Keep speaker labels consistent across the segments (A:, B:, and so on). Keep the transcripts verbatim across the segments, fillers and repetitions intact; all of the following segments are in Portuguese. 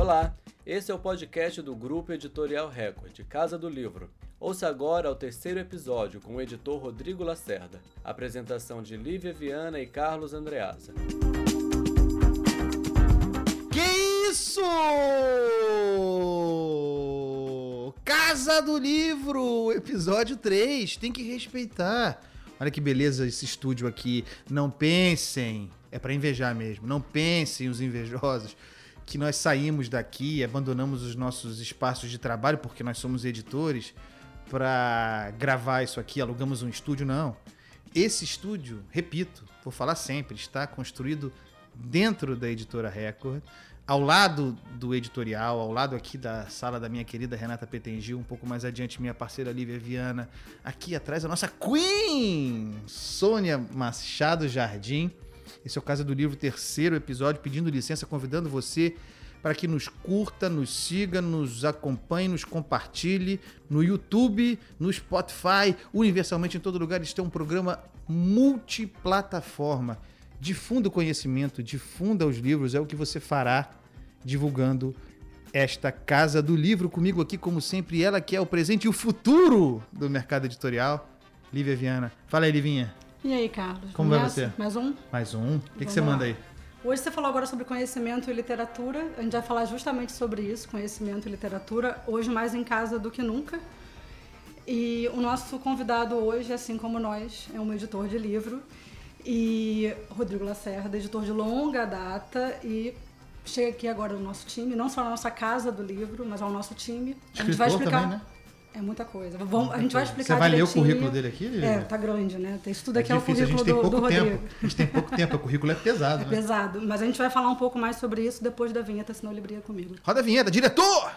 A: Olá, esse é o podcast do Grupo Editorial Record, Casa do Livro. Ouça agora o terceiro episódio com o editor Rodrigo Lacerda. Apresentação de Lívia Viana e Carlos Andreasa.
B: Que isso? Casa do Livro, episódio três, tem que respeitar. Olha que beleza esse estúdio aqui. Não pensem, é pra invejar mesmo, não pensem os invejosos que nós saímos daqui, abandonamos os nossos espaços de trabalho, porque nós somos editores, para gravar isso aqui, alugamos um estúdio, não. Esse estúdio, repito, vou falar sempre, está construído dentro da Editora Record, ao lado do editorial, ao lado aqui da sala da minha querida Renata Petengil, um pouco mais adiante minha parceira Lívia Viana, aqui atrás a nossa Queen, Sônia Machado Jardim. Esse é o Casa do Livro, terceiro episódio, pedindo licença, convidando você para que nos curta, nos siga, nos acompanhe, nos compartilhe no YouTube, no Spotify, universalmente em todo lugar. Este é um programa multiplataforma. Difunda o conhecimento, difunda os livros, é o que você fará divulgando esta Casa do Livro. Comigo aqui, como sempre, ela que é o presente e o futuro do mercado editorial, Lívia Viana. Fala aí, Livinha.
C: E aí, Carlos?
B: Como vai você?
C: Mais um?
B: Mais um. O que, que você manda aí?
C: Hoje você falou agora sobre conhecimento e literatura. A gente vai falar justamente sobre isso, conhecimento e literatura. Hoje mais em casa do que nunca. E o nosso convidado hoje, assim como nós, é um editor de livro. E Rodrigo Lacerda, editor de longa data, e chega aqui agora no nosso time, não só na nossa casa do livro, mas ao nosso time.
B: Escritor
C: a gente vai explicar.
B: Também, né?
C: É muita coisa. Vamos, a gente vai explicar.
B: Você vai
C: direitinho.
B: ler o currículo dele aqui, Lívia?
C: É, tá grande, né? Isso tudo aqui
B: é,
C: é o currículo
B: a gente tem
C: do,
B: pouco
C: do
B: tempo.
C: Rodrigo.
B: A gente tem pouco tempo, o currículo é pesado,
C: É
B: né?
C: pesado, mas a gente vai falar um pouco mais sobre isso depois da vinheta, senão ele briga comigo.
B: Roda a vinheta, diretor!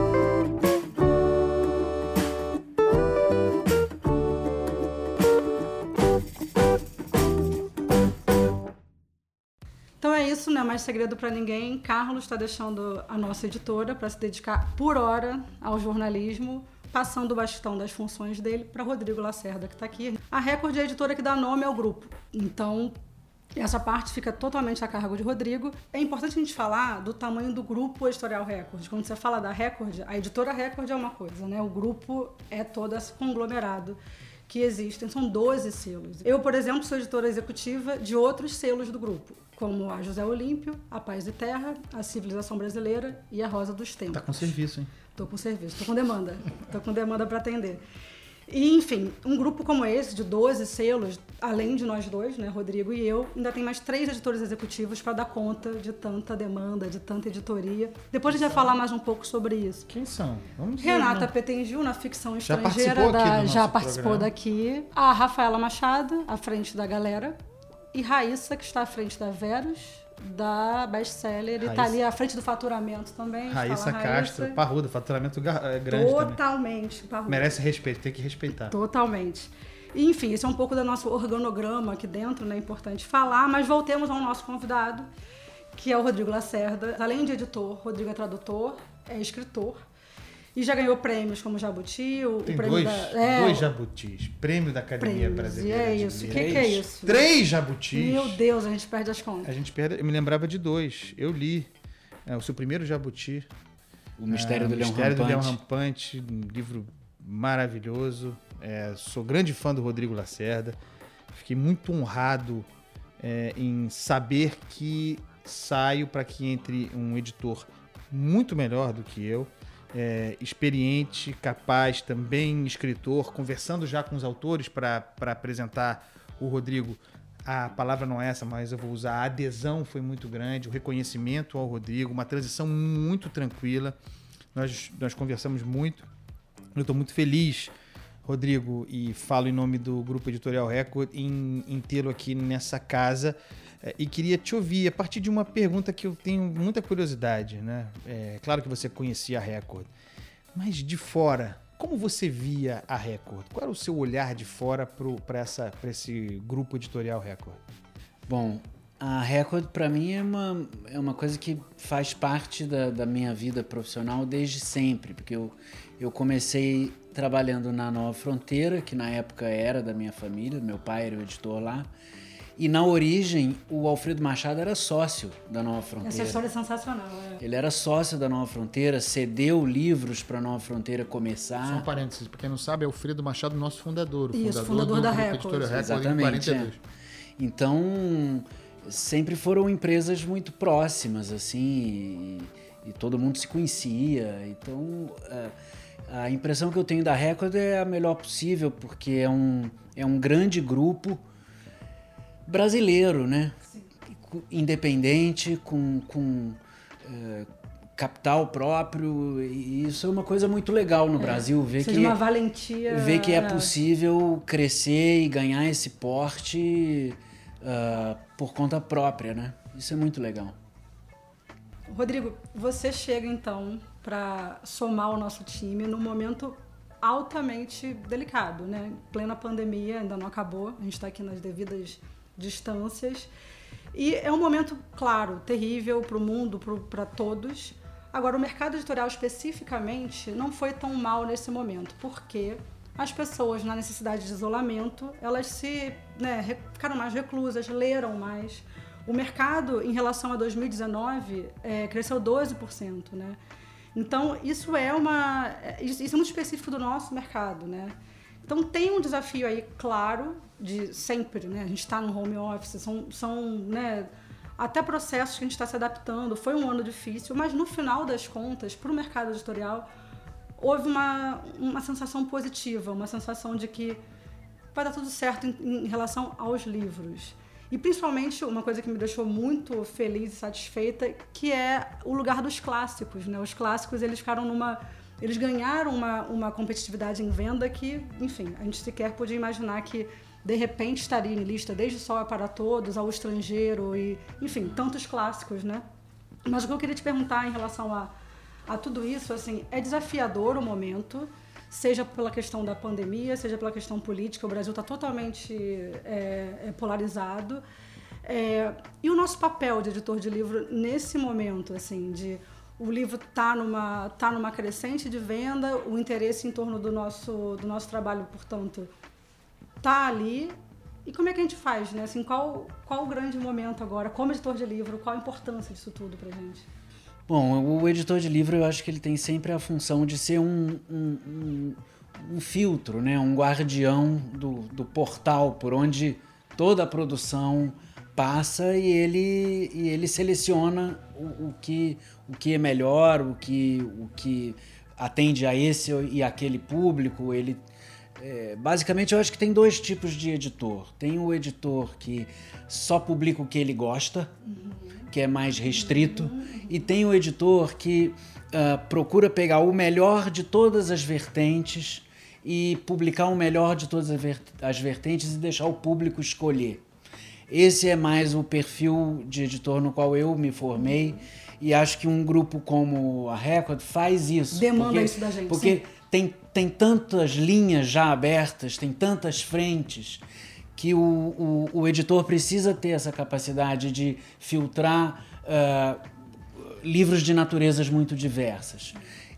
C: Então é isso, não é mais segredo para ninguém. Carlos está deixando a nossa editora para se dedicar por hora ao jornalismo, passando o bastão das funções dele para Rodrigo Lacerda, que está aqui. A Record é a editora que dá nome ao grupo. Então, essa parte fica totalmente a cargo de Rodrigo. É importante a gente falar do tamanho do grupo Editorial Record. Quando você fala da Record, a editora Record é uma coisa, né? O grupo é todo esse conglomerado que existem. São doze selos. Eu, por exemplo, sou editora executiva de outros selos do grupo, como a José Olímpio, a Paz e Terra, a Civilização Brasileira e a Rosa dos Tempos.
B: Tá com serviço, hein?
C: Tô com serviço, tô com demanda. Tô com demanda para atender. E, enfim, um grupo como esse, de doze selos, além de nós dois, né, Rodrigo e eu, ainda tem mais três editores executivos para dar conta de tanta demanda, de tanta editoria. Depois a gente vai falar mais um pouco sobre isso.
B: Quem são? Vamos dizer,
C: Renata
B: né?
C: Petengil, na ficção
B: Já
C: estrangeira,
B: participou
C: da,
B: aqui do
C: já
B: nosso
C: participou
B: programa.
C: daqui. A Rafaela Machado, à frente da galera. E Raíssa, que está à frente da Verus, da Bestseller, e tá ali à frente do faturamento também.
B: Raíssa
C: Fala,
B: Castro,
C: Raíssa.
B: parruda, faturamento gar- é grande
C: Totalmente,
B: também.
C: parruda.
B: Merece respeito, tem que respeitar.
C: Totalmente. E, enfim, esse é um pouco do nosso organograma aqui dentro, né? É importante falar, mas voltemos ao nosso convidado, que é o Rodrigo Lacerda. Além de editor, Rodrigo é tradutor, é escritor. E já ganhou prêmios como Jabuti, o,
B: Tem
C: o prêmio
B: dois,
C: da... É,
B: dois jabutis. Prêmio da Academia
C: prêmios,
B: Brasileira.
C: e é
B: de
C: isso. O que,
B: Letras.
C: que é isso?
B: Três jabutis.
C: Meu Deus, a gente perde as contas.
B: A gente perde, eu me lembrava de dois. Eu li é, o seu primeiro jabuti.
D: O Mistério
B: é,
D: do
B: o
D: Leão
B: Mistério
D: Rampante.
B: do Leão Rampante, um livro maravilhoso. É, sou grande fã do Rodrigo Lacerda. Fiquei muito honrado é, em saber que saio para que entre um editor muito melhor do que eu, é, experiente, capaz, também escritor, conversando já com os autores para apresentar o Rodrigo. A palavra não é essa, mas eu vou usar. A adesão foi muito grande, o reconhecimento ao Rodrigo, uma transição muito tranquila. Nós, nós conversamos muito. Eu estou muito feliz, Rodrigo, e falo em nome do Grupo Editorial Record, em, em tê-lo aqui nessa casa. É, e queria te ouvir a partir de uma pergunta que eu tenho muita curiosidade, né? É claro que você conhecia a Record, mas de fora, como você via a Record? Qual era o seu olhar de fora para esse Grupo Editorial Record?
D: Bom, a Record para mim é uma, é uma coisa que faz parte da, da minha vida profissional desde sempre, porque eu, eu comecei trabalhando na Nova Fronteira, que na época era da minha família, meu pai era o editor lá, E na origem, o Alfredo Machado era sócio da Nova Fronteira.
C: Essa história é sensacional. É.
D: Ele era sócio da Nova Fronteira, cedeu livros para a Nova Fronteira começar.
B: Só um parênteses, pra quem não sabe, é o Alfredo Machado, nosso fundador. O
C: Isso,
B: fundador,
C: fundador
B: do
C: da
B: Grupo
C: Record.
B: Editora Record
D: Exatamente,
B: em quarenta e dois.
D: É. Então, sempre foram empresas muito próximas, assim, e, e todo mundo se conhecia. Então, a, a impressão que eu tenho da Record é a melhor possível, porque é um, é um grande grupo brasileiro, né? Sim. Independente, com, com é, capital próprio, e isso é uma coisa muito legal no é, Brasil, ver que,
C: uma valentia,
D: ver que é possível crescer e ganhar esse porte uh, por conta própria, né? Isso é muito legal.
C: Rodrigo, você chega então para somar o nosso time num momento altamente delicado, né? Plena pandemia, ainda não acabou, a gente está aqui nas devidas distâncias. E é um momento, claro, terrível para o mundo, para todos. Agora, o mercado editorial especificamente não foi tão mal nesse momento, porque as pessoas, na necessidade de isolamento, elas se, né, ficaram mais reclusas, leram mais. O mercado, em relação a dois mil e dezenove, é, cresceu doze por cento, né? Então, isso é, uma, isso é muito específico do nosso mercado, né? Então, tem um desafio aí, claro, de sempre, né? A gente está no home office, são, são né, até processos que a gente está se adaptando. Foi um ano difícil, mas no final das contas, para o mercado editorial, houve uma, uma sensação positiva, uma sensação de que vai dar tudo certo em, em relação aos livros. E principalmente uma coisa que me deixou muito feliz e satisfeita, que é o lugar dos clássicos, né? Os clássicos, eles ficaram numa... Eles ganharam uma, uma competitividade em venda que, enfim, a gente sequer podia imaginar que, de repente, estaria em lista desde Sol é para Todos, ao Estrangeiro e, enfim, tantos clássicos, né? Mas o que eu queria te perguntar em relação a, a tudo isso, assim, é desafiador o momento, seja pela questão da pandemia, seja pela questão política, o Brasil está totalmente é, é polarizado. É, e o nosso papel de editor de livro nesse momento, assim, de... O livro está numa, tá numa crescente de venda, o interesse em torno do nosso, do nosso trabalho, portanto, está ali. E como é que a gente faz, né? Assim, qual, qual o grande momento agora, como editor de livro, qual a importância disso tudo para a gente?
D: Bom, o editor de livro, eu acho que ele tem sempre a função de ser um, um, um, um filtro, né? Um guardião do, do portal por onde toda a produção passa e ele, e ele seleciona o, o, que, o que é melhor, o que, o que atende a esse e aquele público. Ele, é, basicamente, eu acho que tem dois tipos de editor. Tem o editor que só publica o que ele gosta, uhum. que é mais restrito, uhum. e tem o editor que uh, procura pegar o melhor de todas as vertentes e publicar o melhor de todas as vertentes e deixar o público escolher. Esse é mais o perfil de editor no qual eu me formei e acho que um grupo como a Record faz isso.
C: Demanda
D: porque,
C: isso da gente.
D: Porque tem, tem tantas linhas já abertas, tem tantas frentes, que o, o, o editor precisa ter essa capacidade de filtrar uh, livros de naturezas muito diversas.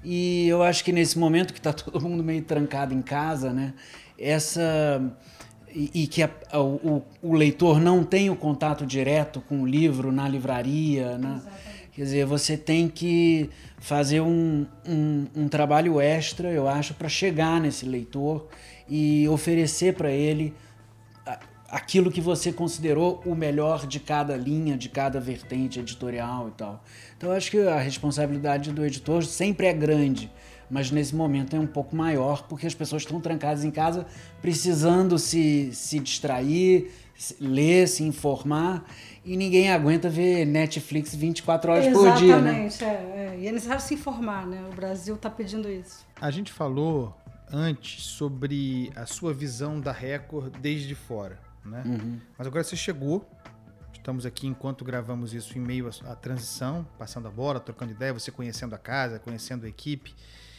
D: E eu acho que nesse momento que está todo mundo meio trancado em casa, né, essa... E, e que a, a, o, o leitor não tem o contato direto com o livro na livraria, na, quer dizer, você tem que fazer um, um, um trabalho extra, eu acho, para chegar nesse leitor e oferecer para ele a, aquilo que você considerou o melhor de cada linha, de cada vertente editorial e tal. Então, eu acho que a responsabilidade do editor sempre é grande, mas nesse momento é um pouco maior, porque as pessoas estão trancadas em casa, precisando se, se distrair, ler, se informar, e ninguém aguenta ver Netflix vinte e quatro horas
C: Exatamente,
D: por dia, né?
C: Exatamente, é, é. E é necessário se informar, né? O Brasil está pedindo isso.
B: A gente falou antes sobre a sua visão da Record desde fora, né?
D: Uhum.
B: Mas agora você chegou, estamos aqui enquanto gravamos isso em meio à, à transição, passando a bola, trocando ideia, você conhecendo a casa, conhecendo a equipe.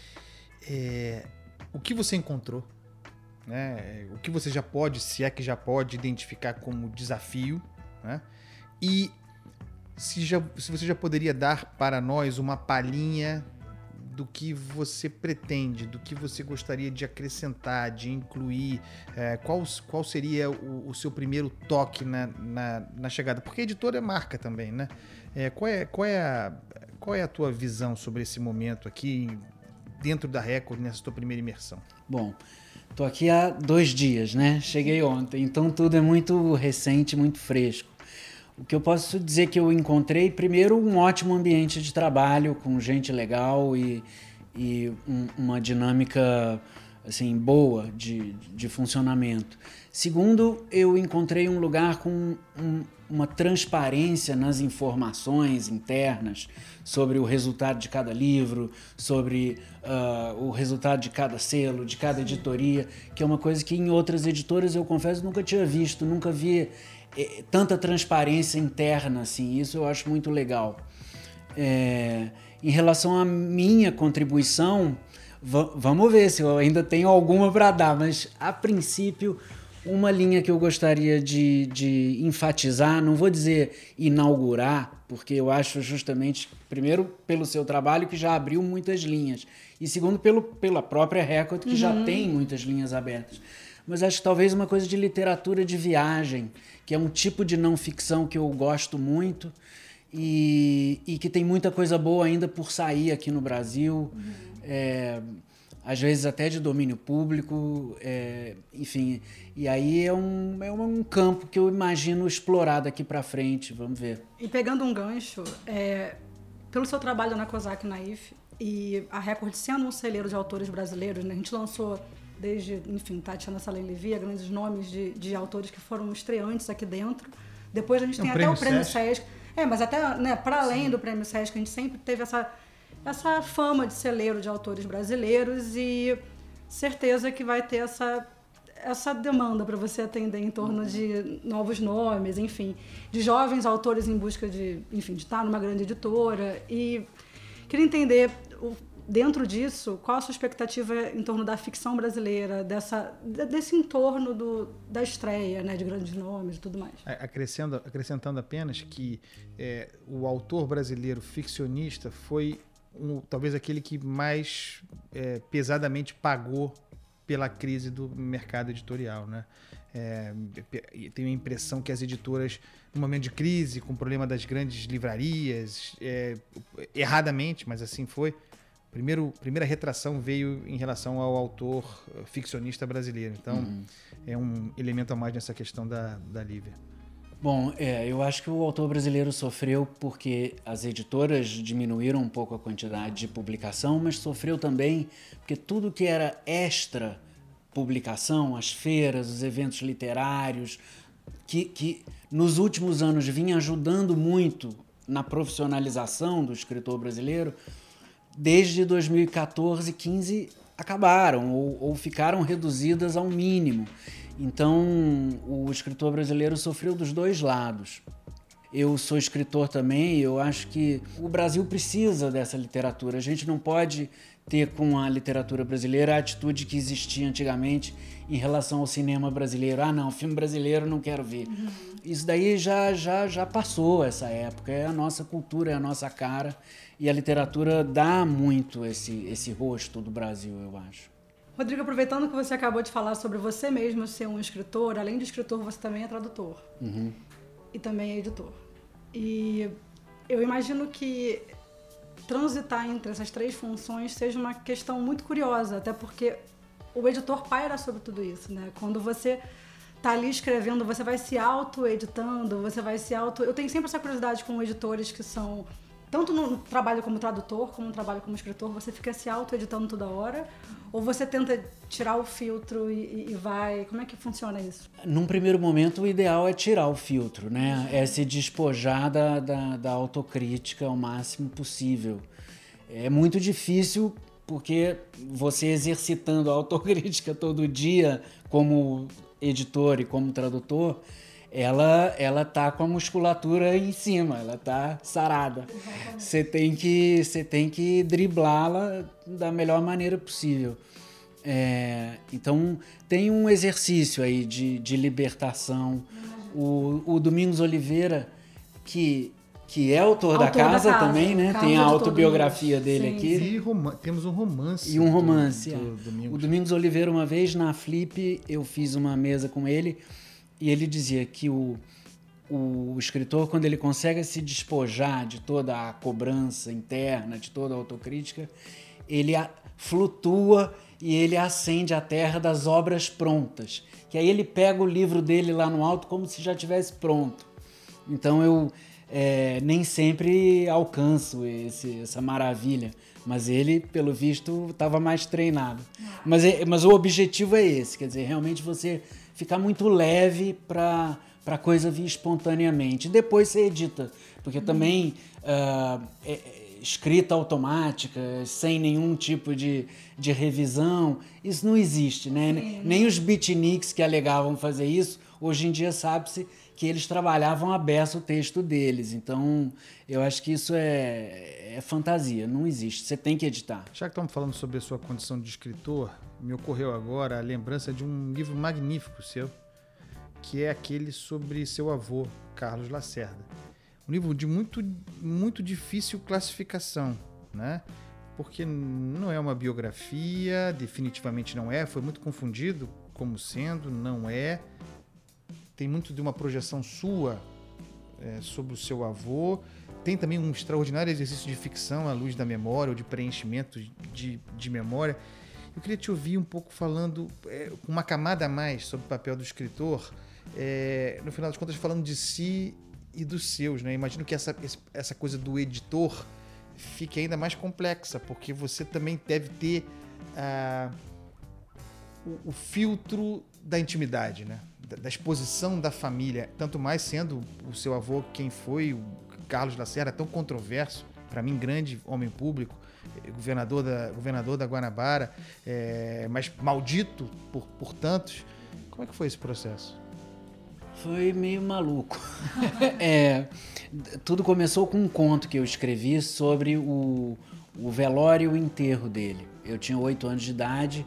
B: É, o que você encontrou, né? O que você já pode, se é que já pode, identificar como desafio, né? E se, já, se você já poderia dar para nós uma palhinha do que você pretende, do que você gostaria de acrescentar, de incluir? É, qual, qual seria o, o seu primeiro toque na, na, na chegada? Porque a editora é marca também, né? É, qual, é, qual, é a, qual é a tua visão sobre esse momento aqui, dentro da Record, nessa tua primeira imersão?
D: Bom, tô aqui há dois dias, né? Cheguei ontem, então tudo é muito recente, muito fresco. O que eu posso dizer que eu encontrei, primeiro, um ótimo ambiente de trabalho, com gente legal e, e um, uma dinâmica assim, boa de, de funcionamento. Segundo, eu encontrei um lugar com um, uma transparência nas informações internas sobre o resultado de cada livro, sobre uh, o resultado de cada selo, de cada editoria, que é uma coisa que em outras editoras, eu confesso, nunca tinha visto, nunca vi eh, tanta transparência interna assim. Isso eu acho muito legal. É, em relação à minha contribuição, v- vamos ver se eu ainda tenho alguma para dar, mas a princípio uma linha que eu gostaria de, de enfatizar, não vou dizer inaugurar, porque eu acho justamente, primeiro, pelo seu trabalho, que já abriu muitas linhas, e segundo, pelo, pela própria Record, que uhum. já tem muitas linhas abertas. Mas acho que talvez uma coisa de literatura de viagem, que é um tipo de não ficção que eu gosto muito e, e que tem muita coisa boa ainda por sair aqui no Brasil. Uhum. É, às vezes até de domínio público, é, enfim, e aí é um, é um campo que eu imagino explorar daqui para frente, vamos ver.
C: E pegando um gancho, é, pelo seu trabalho na Kozak e na I F, e a Record sendo um celeiro de autores brasileiros, né, a gente lançou desde, enfim, Tatiana Salem Levy, grandes nomes de, de autores que foram estreantes aqui dentro. Depois a gente tem
B: um
C: até o Prêmio
B: Sesc.
C: Sesc. É, mas até, né, para além Sim. do Prêmio Sesc, a gente sempre teve essa... essa fama de celeiro de autores brasileiros e certeza que vai ter essa, essa demanda para você atender em torno de novos nomes, enfim, de jovens autores em busca de, enfim, de estar numa grande editora. E queria entender, dentro disso, qual a sua expectativa em torno da ficção brasileira, dessa, desse entorno do, da estreia, né, de grandes nomes e tudo mais.
B: Acrescentando, acrescentando apenas que é, o autor brasileiro ficcionista foi Um, talvez aquele que mais é, pesadamente pagou pela crise do mercado editorial, né? É, tenho a impressão que as editoras, no momento de crise, com o problema das grandes livrarias, é, erradamente, mas assim foi, primeiro, primeira retração veio em relação ao autor ficcionista brasileiro. Então, uhum. é um elemento a mais nessa questão da, da Lívia.
D: Bom, é, eu acho que o autor brasileiro sofreu porque as editoras diminuíram um pouco a quantidade de publicação, mas sofreu também porque tudo que era extra publicação, as feiras, os eventos literários, que, que nos últimos anos vinha ajudando muito na profissionalização do escritor brasileiro, desde dois mil e quatorze, quinze acabaram ou, ou ficaram reduzidas ao mínimo. Então, o escritor brasileiro sofreu dos dois lados. Eu sou escritor também e eu acho que o Brasil precisa dessa literatura. A gente não pode ter com a literatura brasileira a atitude que existia antigamente em relação ao cinema brasileiro. Ah, não, filme brasileiro não quero ver. Uhum. Isso daí já, já, já passou essa época. É a nossa cultura, é a nossa cara. E a literatura dá muito esse, esse rosto do Brasil, eu acho.
C: Rodrigo, aproveitando que você acabou de falar sobre você mesmo ser um escritor, além de escritor, você também é tradutor.
D: Uhum.
C: E também é editor. E eu imagino que transitar entre essas três funções seja uma questão muito curiosa, até porque o editor paira sobre tudo isso, né? Quando você tá ali escrevendo, você vai se auto-editando, você vai se auto... Eu tenho sempre essa curiosidade com editores que são... Tanto no trabalho como tradutor, como no trabalho como escritor, você fica se auto-editando toda hora? Ou você tenta tirar o filtro e, e vai... Como é que funciona isso?
D: Num primeiro momento, o ideal é tirar o filtro, né? É se despojar da, da, da autocrítica ao máximo possível. É muito difícil porque você exercitando a autocrítica todo dia como editor e como tradutor... ela ela tá com a musculatura em cima, ela tá sarada. Você tem que você tem que driblá-la da melhor maneira possível. É, então tem um exercício aí de, de libertação. O, o Domingos Oliveira, que que é autor,
C: Autor
D: da, casa
C: da Casa
D: também, né?
C: Carlos
D: Tem a
C: de
D: autobiografia
C: Todo
D: dele
C: Mundo.
D: aqui.
B: E roman- temos um romance.
D: E um romance.
B: Do, do,
D: é.
B: do Domingos.
D: O Domingos Oliveira, uma vez na Flip, eu fiz uma mesa com ele e ele dizia que o, o escritor, quando ele consegue se despojar de toda a cobrança interna, de toda a autocrítica, ele a, flutua e ele acende a terra das obras prontas. Que aí ele pega o livro dele lá no alto como se já tivesse pronto. Então eu é, nem sempre alcanço esse, essa maravilha, mas ele, pelo visto, estava mais treinado. Mas, é, mas o objetivo é esse, quer dizer, realmente você ficar muito leve para a coisa vir espontaneamente. Depois você edita, porque também uh, é, é, escrita automática, sem nenhum tipo de, de revisão, isso não existe, né? Sim. Nem os beatniks que alegavam fazer isso, hoje em dia sabe-se que eles trabalhavam a beça o texto deles. Então, eu acho que isso é, é fantasia, não existe. Você tem que editar.
B: Já que estamos falando sobre a sua condição de escritor, me ocorreu agora a lembrança de um livro magnífico seu, que é aquele sobre seu avô, Carlos Lacerda. Um livro de muito, muito difícil classificação, né? Porque não é uma biografia, definitivamente não é, foi muito confundido como sendo, não é. Tem muito de uma projeção sua é, sobre o seu avô. Tem também um extraordinário exercício de ficção à luz da memória, ou de preenchimento de, de memória. Eu queria te ouvir um pouco falando, é, uma camada a mais sobre o papel do escritor, é, no final das contas falando de si e dos seus, né? Imagino que essa, essa coisa do editor fique ainda mais complexa, porque você também deve ter ah, o, o filtro da intimidade, né? Da exposição da família, tanto mais sendo o seu avô quem foi, o Carlos Lacerda, tão controverso, para mim grande homem público, governador da, governador da Guanabara, é, mas maldito por, por tantos. Como é que foi esse processo?
D: Foi meio maluco. é, tudo começou com um conto que eu escrevi sobre o, o velório e o enterro dele. Eu tinha oito anos de idade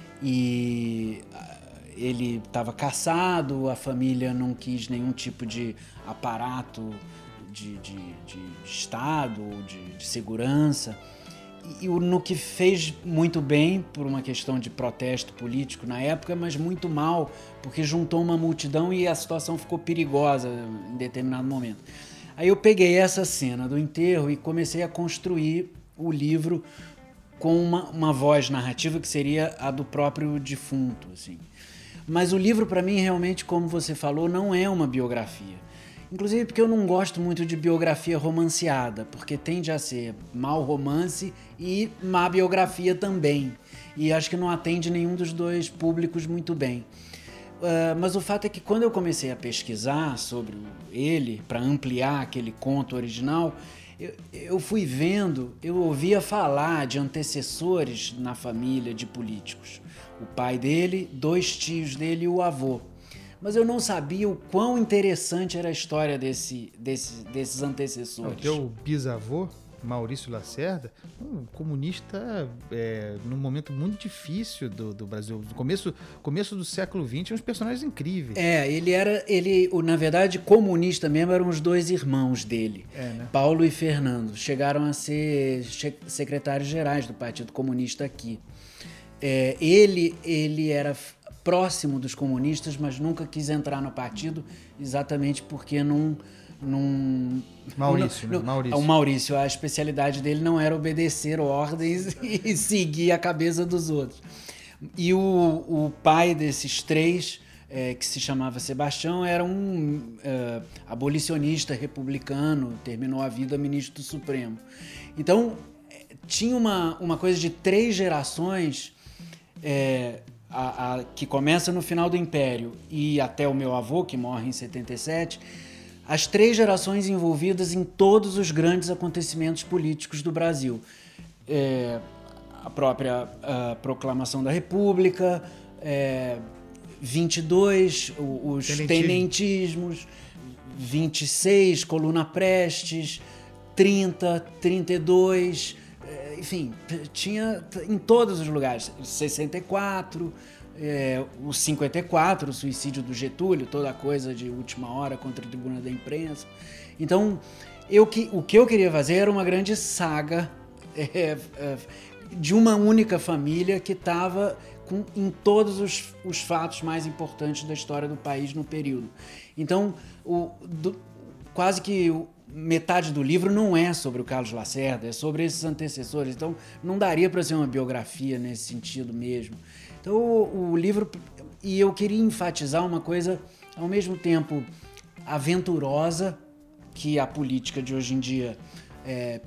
D: e ele estava cassado, a família não quis nenhum tipo de aparato de, de, de Estado, de, de segurança. E, e no que fez muito bem, por uma questão de protesto político na época, mas muito mal, porque juntou uma multidão e a situação ficou perigosa em determinado momento. Aí eu peguei essa cena do enterro e comecei a construir o livro com uma, uma voz narrativa que seria a do próprio defunto, assim. Mas o livro, para mim, realmente, como você falou, não é uma biografia. Inclusive porque eu não gosto muito de biografia romanceada, porque tende a ser mau romance e má biografia também. E acho que não atende nenhum dos dois públicos muito bem. Uh, mas o fato é que quando eu comecei a pesquisar sobre ele, para ampliar aquele conto original, eu, eu fui vendo, eu ouvia falar de antecessores na família de políticos. O pai dele, dois tios dele e o avô. Mas eu não sabia o quão interessante era a história desse, desse, desses antecessores.
B: O teu bisavô, Maurício Lacerda, um comunista é, num momento muito difícil do, do Brasil. No começo, começo do século vinte, uns personagens incríveis.
D: É, ele era, ele, na verdade, comunista mesmo eram os dois irmãos dele,
B: é, né?
D: Paulo e Fernando. Chegaram a ser secretários gerais do Partido Comunista aqui. É, ele, ele era próximo dos comunistas, mas nunca quis entrar no partido, exatamente porque não... não
B: Maurício,
D: não,
B: né? Maurício.
D: O Maurício, a especialidade dele não era obedecer ordens e seguir a cabeça dos outros. E o, o pai desses três, é, que se chamava Sebastião, era um é, abolicionista republicano, terminou a vida ministro do Supremo. Então, tinha uma, uma coisa de três gerações... É, a, a, que começa no final do Império e até o meu avô, que morre em setenta e sete, as três gerações envolvidas em todos os grandes acontecimentos políticos do Brasil. É, a própria a proclamação da República, é, vinte e dois, os
B: Tenentismo.
D: tenentismos, vinte e seis, Coluna Prestes, trinta, trinta e dois... Enfim, tinha em todos os lugares. sessenta e quatro, é, o cinquenta e quatro, o suicídio do Getúlio, toda a coisa de última hora contra a tribuna da imprensa. Então, eu, que, o que eu queria fazer era uma grande saga é, é, de uma única família que estava em todos os, os fatos mais importantes da história do país no período. Então, o, do, quase que metade do livro não é sobre o Carlos Lacerda, é sobre esses antecessores. Então, não daria para ser uma biografia nesse sentido mesmo. Então, o, o livro... E eu queria enfatizar uma coisa, ao mesmo tempo, aventurosa, que a política de hoje em dia, é,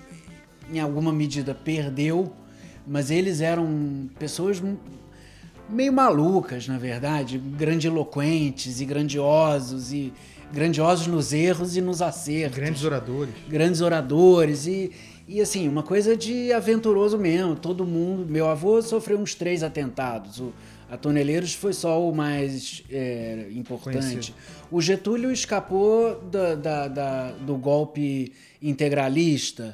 D: em alguma medida, perdeu, mas eles eram pessoas meio malucas, na verdade, grandiloquentes e grandiosos, e grandiosos nos erros e nos acertos.
B: Grandes oradores.
D: Grandes oradores e, e assim, uma coisa de aventuroso mesmo. Todo mundo... Meu avô sofreu uns três atentados. O, a Toneleiros foi só o mais é, importante. Conhecido. O Getúlio escapou da, da, da, do golpe integralista.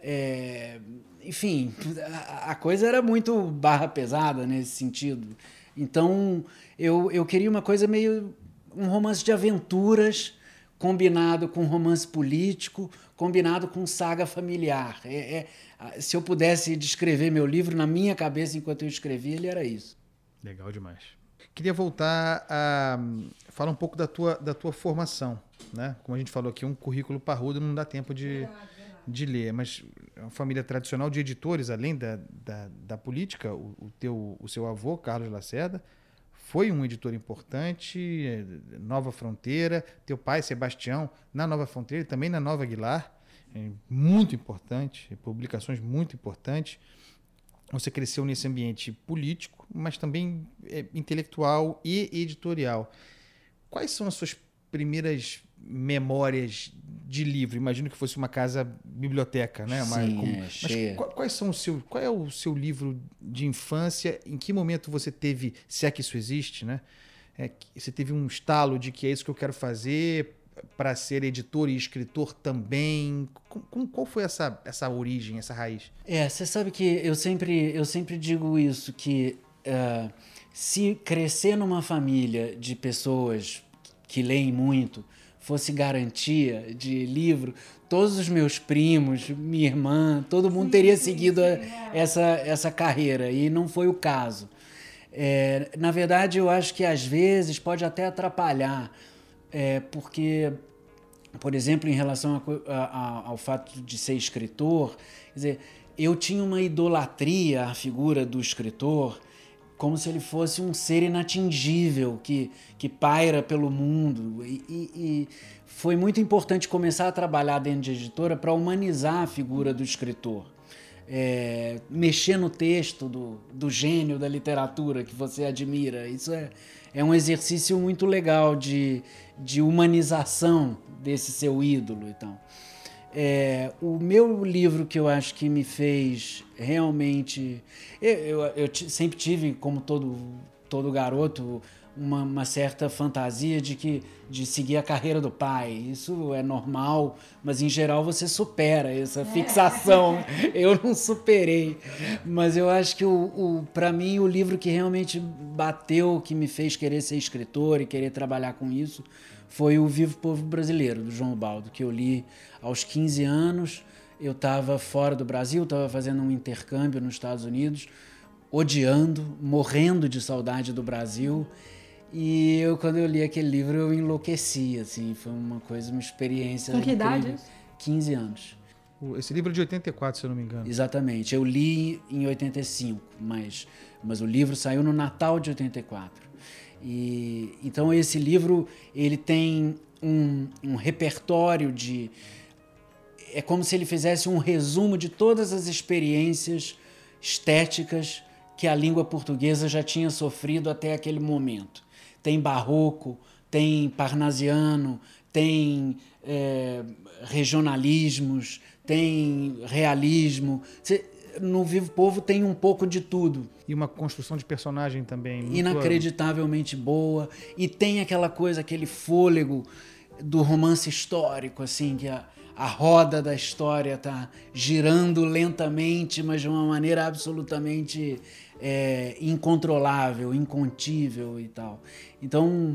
D: É, enfim, a, a coisa era muito barra pesada nesse sentido. Então, eu, eu queria uma coisa meio... um romance de aventuras combinado com romance político, combinado com saga familiar. É, é, se eu pudesse descrever meu livro, na minha cabeça, enquanto eu escrevia, ele era isso.
B: Legal demais. Queria voltar a falar um pouco da tua, da tua formação, né? Como a gente falou aqui, um currículo parrudo não dá tempo de, de ler, mas é uma família tradicional de editores, além da, da, da política. O, o, teu, o seu avô, Carlos Lacerda, foi um editor importante, Nova Fronteira, teu pai, Sebastião, na Nova Fronteira e também na Nova Aguilar, muito importante, publicações muito importantes. Você cresceu nesse ambiente político, mas também é, intelectual e editorial. Quais são as suas primeiras memórias de livro? Imagino que fosse uma casa biblioteca, né? Uma,
D: Sim,
B: como,
D: é,
B: mas
D: cheia.
B: Quais são os seus, qual é o seu livro de infância? Em que momento você teve, se é que isso existe, né? É, você teve um estalo de que é isso que eu quero fazer para ser editor e escritor também? Com, com, qual foi essa, essa origem, essa raiz?
D: É, você sabe que eu sempre, eu sempre digo isso, que uh, se crescer numa família de pessoas que leem muito fosse garantia de livro, todos os meus primos, minha irmã, todo mundo sim, teria sim, seguido sim, a, é. essa, essa carreira, e não foi o caso. É, na verdade, eu acho que às vezes pode até atrapalhar, é, porque, por exemplo, em relação a, a, ao fato de ser escritor, quer dizer, eu tinha uma idolatria à figura do escritor, como se ele fosse um ser inatingível, que, que paira pelo mundo. E, e, e foi muito importante começar a trabalhar dentro de editora para humanizar a figura do escritor. É, mexer no texto do, do gênio da literatura que você admira. Isso é, é um exercício muito legal de, de humanização desse seu ídolo. Então. É, o meu livro que eu acho que me fez realmente... Eu, eu, eu t- sempre tive, como todo, todo garoto, uma, uma certa fantasia de, que, de seguir a carreira do pai. Isso é normal, mas em geral você supera essa fixação. Eu não superei. Mas eu acho que, o, o, para mim, o livro que realmente bateu, que me fez querer ser escritor e querer trabalhar com isso, foi o Vivo Povo Brasileiro, do João Ubaldo, que eu li aos quinze anos. Eu estava fora do Brasil, estava fazendo um intercâmbio nos Estados Unidos, odiando, morrendo de saudade do Brasil. E eu, quando eu li aquele livro, eu enlouqueci, assim, foi uma coisa, uma experiência
C: Com que
D: incrível.
C: idade?
D: quinze anos.
B: Esse livro é de oitenta e quatro, se eu não me engano.
D: Exatamente. Eu li em oitenta e cinco, mas, mas o livro saiu no Natal de oitenta e quatro. E, então esse livro ele tem um, um repertório de... É como se ele fizesse um resumo de todas as experiências estéticas que a língua portuguesa já tinha sofrido até aquele momento. Tem barroco, tem parnasiano, tem é, regionalismos, tem realismo. No Vivo Povo tem um pouco de tudo.
B: E uma construção de personagem também. Muito
D: inacreditavelmente boa. E tem aquela coisa, aquele fôlego do romance histórico, assim, que a, a roda da história está girando lentamente, mas de uma maneira absolutamente é, incontrolável, incontível e tal. Então,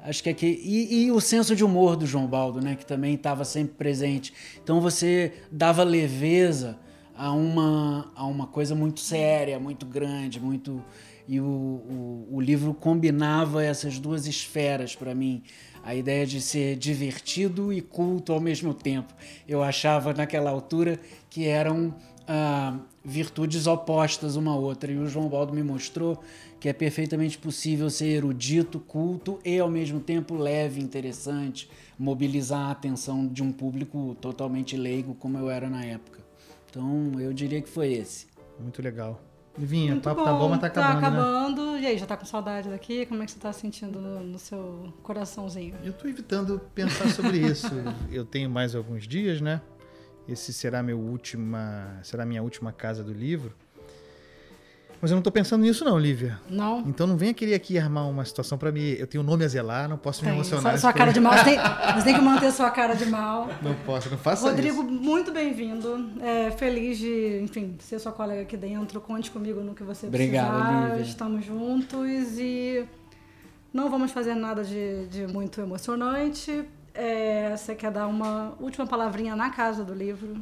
D: Acho que é que e, e o senso de humor do João Baldo, né, que também estava sempre presente. Então você dava leveza a uma, a uma coisa muito séria, muito grande, muito e o, o, o livro combinava essas duas esferas para mim. A ideia de ser divertido e culto ao mesmo tempo. Eu achava naquela altura que eram ah, virtudes opostas uma à outra. E o João Baldo me mostrou que é perfeitamente possível ser erudito, culto e ao mesmo tempo leve, interessante, mobilizar a atenção de um público totalmente leigo como eu era na época. Então eu diria que foi esse.
B: Muito legal. Livinha, o
C: Muito
B: papo
C: bom,
B: tá bom, mas tá acabando,
C: Tá
B: né?
C: acabando. E aí, já tá com saudade daqui? Como é que você tá sentindo no, no seu coraçãozinho?
B: Eu tô evitando pensar sobre isso. Eu tenho mais alguns dias, né? Esse será meu última, será minha última casa do livro. Mas eu não tô pensando nisso não, Lívia.
C: Não?
B: Então não venha querer aqui armar uma situação pra mim. Eu tenho um nome a zelar, não posso me
C: Tem.
B: emocionar.
C: Sua,
B: nesse
C: sua cara de
B: programa.
C: mal. Você tem, você tem que manter sua cara de mal.
B: Não posso, não faça
C: Rodrigo,
B: isso.
C: muito bem-vindo. É, feliz de, enfim, ser sua colega aqui dentro. Conte comigo no que você
D: Obrigado,
C: precisar.
D: Lívia.
C: Estamos juntos e não vamos fazer nada de, de muito emocionante. É, você quer dar uma última palavrinha na casa do livro?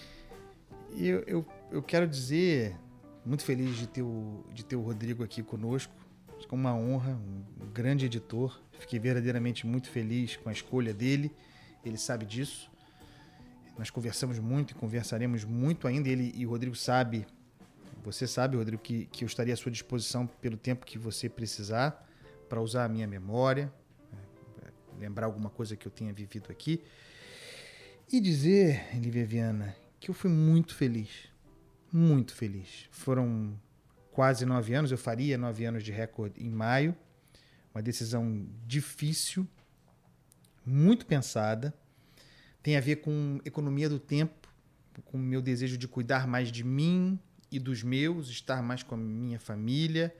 B: E eu, eu, eu quero dizer, muito feliz de ter, o, de ter o Rodrigo aqui conosco. Acho que é uma honra, um grande editor. Fiquei verdadeiramente muito feliz com a escolha dele. Ele sabe disso. Nós conversamos muito e conversaremos muito ainda. Ele e o Rodrigo sabe, você sabe, Rodrigo, que, que eu estaria à sua disposição pelo tempo que você precisar para usar a minha memória, lembrar alguma coisa que eu tenha vivido aqui. E dizer, Lívia Viana, que eu fui muito feliz. Muito feliz. Foram quase nove anos, eu faria nove anos de Record em maio. Uma decisão difícil, muito pensada. Tem a ver com economia do tempo, com o meu desejo de cuidar mais de mim e dos meus, estar mais com a minha família.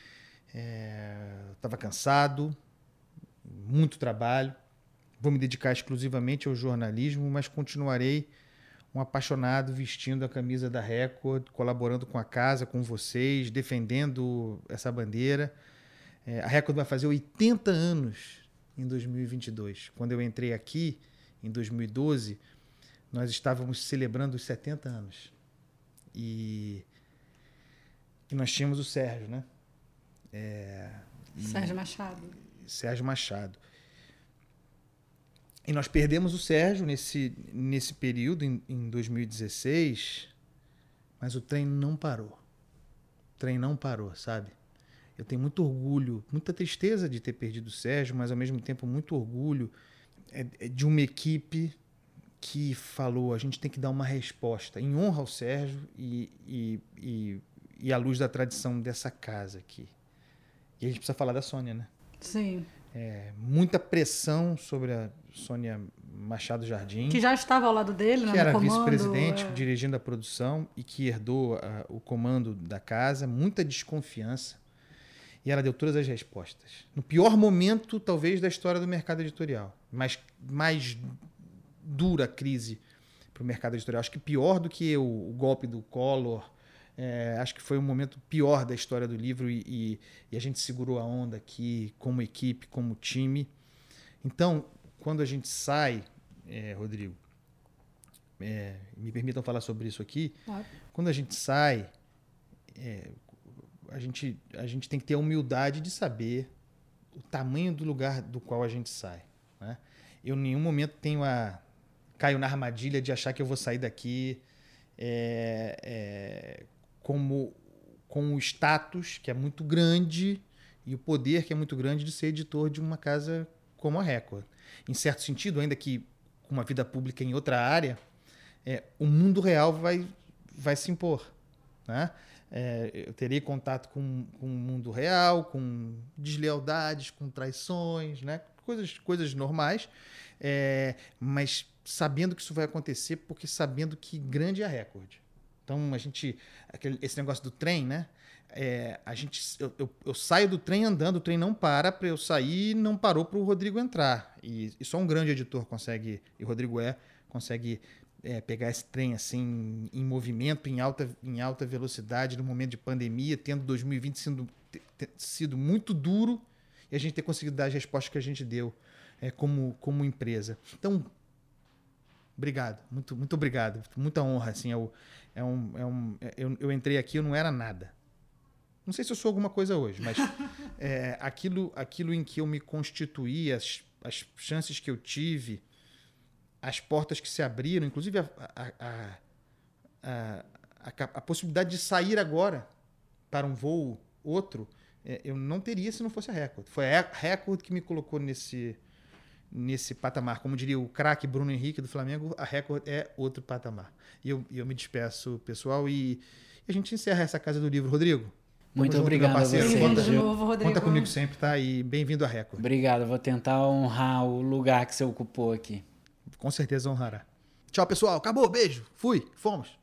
B: É, estava cansado, muito trabalho. Vou me dedicar exclusivamente ao jornalismo, mas continuarei um apaixonado vestindo a camisa da Record, colaborando com a casa, com vocês, defendendo essa bandeira. É, a Record vai fazer oitenta anos em dois mil e vinte e dois. Quando eu entrei aqui, em dois mil e doze, nós estávamos celebrando os setenta anos. E, e nós tínhamos o Sérgio, né? É,
C: Sérgio Machado.
B: Sérgio Machado. E nós perdemos o Sérgio nesse, nesse período, em, em dois mil e dezesseis, mas o trem não parou. O trem não parou, sabe? Eu tenho muito orgulho, muita tristeza de ter perdido o Sérgio, mas ao mesmo tempo muito orgulho de uma equipe que falou, a gente tem que dar uma resposta em honra ao Sérgio e, e, e, e à luz da tradição dessa casa aqui. E a gente precisa falar da Sônia, né?
C: Sim.
B: É, muita pressão sobre a Sônia Machado Jardim,
C: Que já estava ao lado dele, né,
B: que era
C: no comando,
B: vice-presidente,
C: é.
B: dirigindo a produção e que herdou a, o comando da casa, muita desconfiança. E ela deu todas as respostas. No pior momento, talvez, da história do mercado editorial. Mais, mais dura a crise para o mercado editorial. Acho que pior do que o, o golpe do Collor. É, acho que foi um momento pior da história do livro e, e, e a gente segurou a onda aqui como equipe, como time. Então, quando a gente sai, é, Rodrigo, é, me permitam falar sobre isso aqui,
C: Claro.
B: Quando a gente sai, é, a, gente, a gente tem que ter a humildade de saber o tamanho do lugar do qual a gente sai, né? Eu em nenhum momento tenho a, caio na armadilha de achar que eu vou sair daqui é, é, como, com o status que é muito grande e o poder que é muito grande de ser editor de uma casa como a Record. Em certo sentido, ainda que com uma vida pública em outra área, é, o mundo real vai, vai se impor, né? É, eu terei contato com, com o mundo real, com deslealdades, com traições, né? coisas, coisas normais, é, mas sabendo que isso vai acontecer, porque sabendo que grande é a Record. Então, a gente, aquele, esse negócio do trem, né? É, a gente, eu, eu, eu saio do trem andando, o trem não para para eu sair, não parou para o Rodrigo entrar. E, e só um grande editor consegue, e o Rodrigo é, consegue é, pegar esse trem assim em movimento, em alta, em alta velocidade, no momento de pandemia, tendo dois mil e vinte sido, t, t, sido muito duro e a gente ter conseguido dar as respostas que a gente deu é, como, como empresa. Então, obrigado, muito, muito obrigado, muita honra. Assim, é um, é um, é um, eu, eu entrei aqui, eu não era nada. Não sei se eu sou alguma coisa hoje, mas é, aquilo, aquilo em que eu me constituí, as, as chances que eu tive, as portas que se abriram, inclusive a, a, a, a, a, a possibilidade de sair agora para um voo outro, é, eu não teria se não fosse a Record. Foi a Record que me colocou nesse, nesse patamar. Como diria o craque Bruno Henrique do Flamengo, a Record é outro patamar. E eu, eu me despeço, pessoal, e, e a gente encerra essa Casa do Livro. Rodrigo,
D: muito
B: junto,
D: obrigado a você.
C: Bem-vindo de novo, Rodrigo.
B: Conta comigo sempre, tá? E bem-vindo à Record.
D: Obrigado, vou tentar honrar o lugar que você ocupou aqui.
B: Com certeza honrará. Tchau, pessoal. Acabou. Beijo. Fui. Fomos.